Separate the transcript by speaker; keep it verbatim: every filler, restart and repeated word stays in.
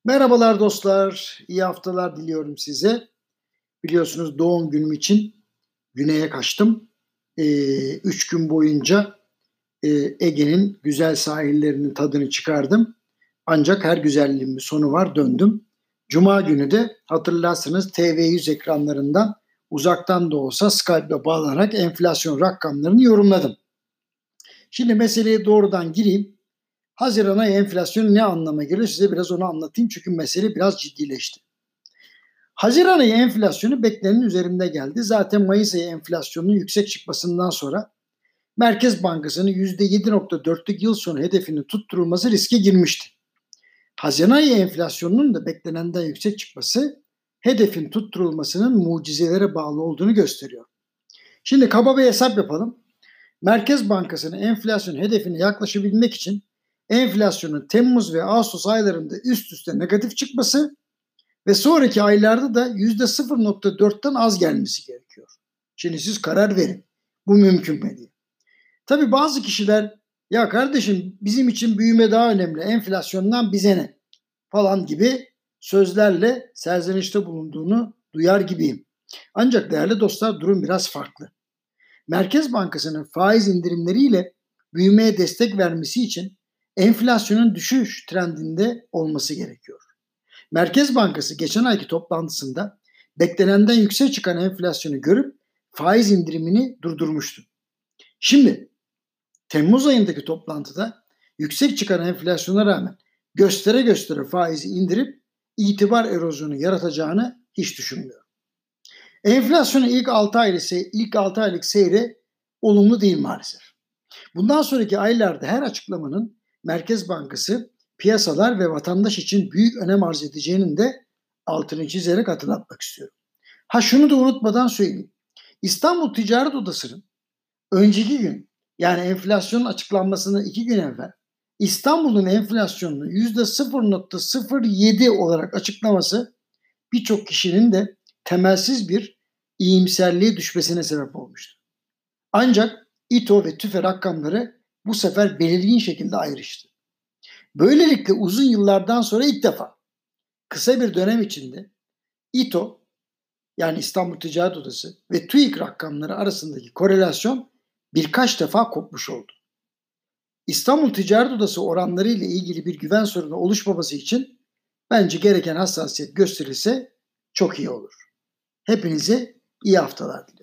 Speaker 1: Merhabalar dostlar, iyi haftalar diliyorum size. Biliyorsunuz doğum günüm için güneye kaçtım. Eee, üç gün boyunca, eee, Ege'nin güzel sahillerinin tadını çıkardım. Ancak her güzelliğin bir sonu var, döndüm. Cuma günü de hatırlarsınız T V yüz ekranlarından uzaktan da olsa Skype'la bağlanarak enflasyon rakamlarını yorumladım. Şimdi meseleye doğrudan gireyim. Haziran ayı enflasyonu ne anlama geliyor? Size biraz onu anlatayım çünkü mesele biraz ciddileşti. Haziran ayı enflasyonu beklenenin üzerinde geldi. Zaten Mayıs ayı enflasyonunun yüksek çıkmasından sonra Merkez Bankası'nın yüzde yedi virgül dörtlük yıl sonu hedefinin tutturulması riske girmişti. Haziran ayı enflasyonunun da beklenenden yüksek çıkması hedefin tutturulmasının mucizelere bağlı olduğunu gösteriyor. Şimdi kaba bir hesap yapalım. Merkez Bankası'nın enflasyon hedefine yaklaşabilmek için enflasyonun Temmuz ve Ağustos aylarında üst üste negatif çıkması ve sonraki aylarda da yüzde sıfır virgül dörtten az gelmesi gerekiyor. Şimdi siz karar verin. Bu mümkün mü diye. Tabii bazı kişiler ya kardeşim bizim için büyüme daha önemli, enflasyondan bize ne falan gibi sözlerle serzenişte bulunduğunu duyar gibiyim. Ancak değerli dostlar durum biraz farklı. Merkez Bankası'nın faiz indirimleriyle büyümeye destek vermesi için enflasyonun düşüş trendinde olması gerekiyor. Merkez Bankası geçen ayki toplantısında beklenenden yüksek çıkan enflasyonu görüp faiz indirimini durdurmuştu. Şimdi Temmuz ayındaki toplantıda yüksek çıkan enflasyona rağmen göstere göstere faizi indirip itibar erozyonu yaratacağını hiç düşünmüyorum. Enflasyonun ilk altı aylık, ilk altı aylık seyri olumlu değil maalesef. Bundan sonraki aylarda her açıklamanın Merkez Bankası piyasalar ve vatandaş için büyük önem arz edeceğinin de altını çizerek hatırlatmak istiyorum. Ha şunu da unutmadan söyleyeyim. İstanbul Ticaret Odası'nın önceki gün yani enflasyonun açıklanmasının iki gün evvel İstanbul'un enflasyonunu yüzde sıfır virgül sıfır yedi olarak açıklaması birçok kişinin de temelsiz bir iyimserliğe düşmesine sebep olmuştu. Ancak İTO ve TÜFE rakamları bu sefer belirgin şekilde ayrıştı. Böylelikle uzun yıllardan sonra ilk defa kısa bir dönem içinde İTO yani İstanbul Ticaret Odası ve TÜİK rakamları arasındaki korelasyon birkaç defa kopmuş oldu. İstanbul Ticaret Odası oranları ile ilgili bir güven sorunu oluşmaması için bence gereken hassasiyet gösterilse çok iyi olur. Hepinize iyi haftalar diliyorum.